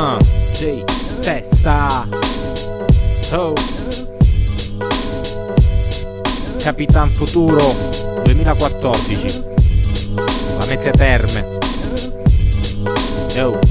J Testa. Oh. Capitan Futuro 2014. Lamezia Terme. Yo.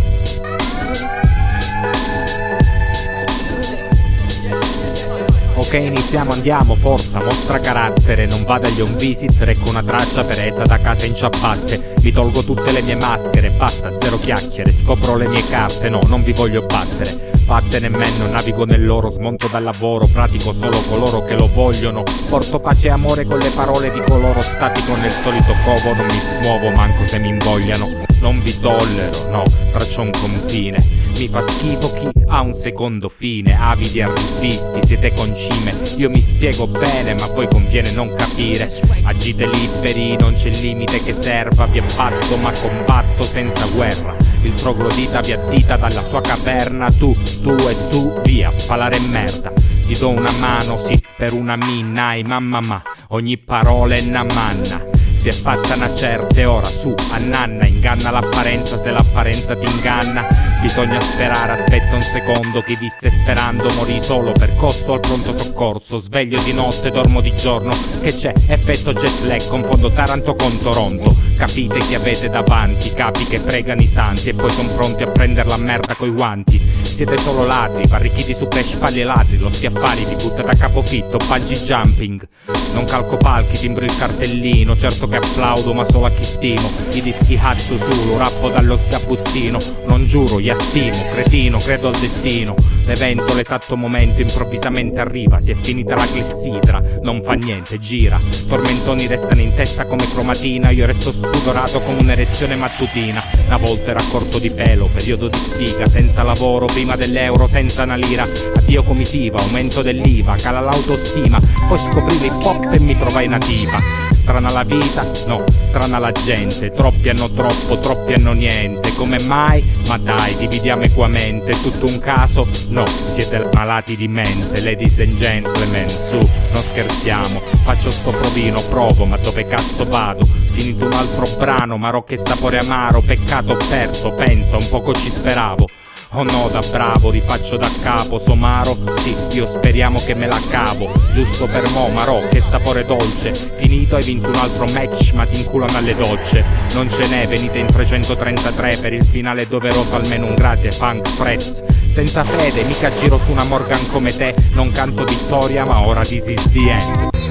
Ok, iniziamo, andiamo, forza, mostra carattere. Non vada agli home visit, recco una traccia presa da casa in ciabatte. Mi tolgo tutte le mie maschere, basta, zero chiacchiere. Scopro le mie carte, no, non vi voglio battere. Pattern e me non navigo nell'oro, smonto dal lavoro, pratico solo coloro che lo vogliono. Porto pace e amore con le parole di coloro, statico nel solito covo. Non mi smuovo manco se mi invogliano. Non vi tollero, no, traccio un confine. Mi fa schifo chi ha un secondo fine. Avidi arrivisti, siete concime. Io mi spiego bene, ma poi conviene non capire. Agite liberi, non c'è limite che serva. Vi abbatto, ma combatto senza guerra. Il troglodita vi addita dalla sua caverna. Tu e tu, via, spalare merda. Ti do una mano, sì, per una minna. E mamma, ogni parola è una manna. Si è fatta una certa e ora su a nanna. Inganna l'apparenza se l'apparenza ti inganna. Bisogna sperare, aspetta un secondo. Chi visse sperando morì solo, percosso al pronto soccorso. Sveglio di notte, dormo di giorno. Che c'è? Effetto jet lag, confondo Taranto con Toronto. Capite chi avete davanti, capi che pregano i santi e poi son pronti a prendere la merda coi guanti. Siete solo ladri, barricchiti su pesci, pali e ladri. Lo schiaffari ti butta da capofitto, bungee jumping. Non calco palchi, timbro il cartellino. Certo che applaudo ma solo a chi stimo. I dischi Hatsu Sulu, rappo dallo sgabuzzino. Non giuro, io stimo, cretino, credo al destino. L'evento, l'esatto momento, improvvisamente arriva. Si è finita la clessidra, non fa niente, gira. Tormentoni restano in testa come cromatina. Io resto spudorato come un'erezione mattutina. Una volta era corto di pelo, periodo di sfiga. Senza lavoro, prima dell'euro, senza una lira. Addio comitiva, aumento dell'IVA, cala l'autostima. Poi scoprivo hip hop e mi trovai nativa. Strana la vita? No, strana la gente. Troppi hanno troppo, troppi hanno niente. Come mai? Ma dai, dividiamo equamente. Tutto un caso? No, siete malati di mente. Ladies and gentlemen, su, non scherziamo. Faccio sto provino, provo, ma dove cazzo vado? Finito un altro brano, ma che sapore amaro. Peccato ho perso, pensa, un poco ci speravo. Oh no, da bravo, rifaccio da capo, somaro, sì, io speriamo che me la cavo. Giusto per mo, marò, che sapore dolce. Finito, hai vinto un altro match, ma ti inculano alle docce. Non ce n'è, venite in 333. Per il finale doveroso almeno un grazie, punk prez. Senza fede, mica giro su una Morgan come te. Non canto vittoria, ma ora this is the end.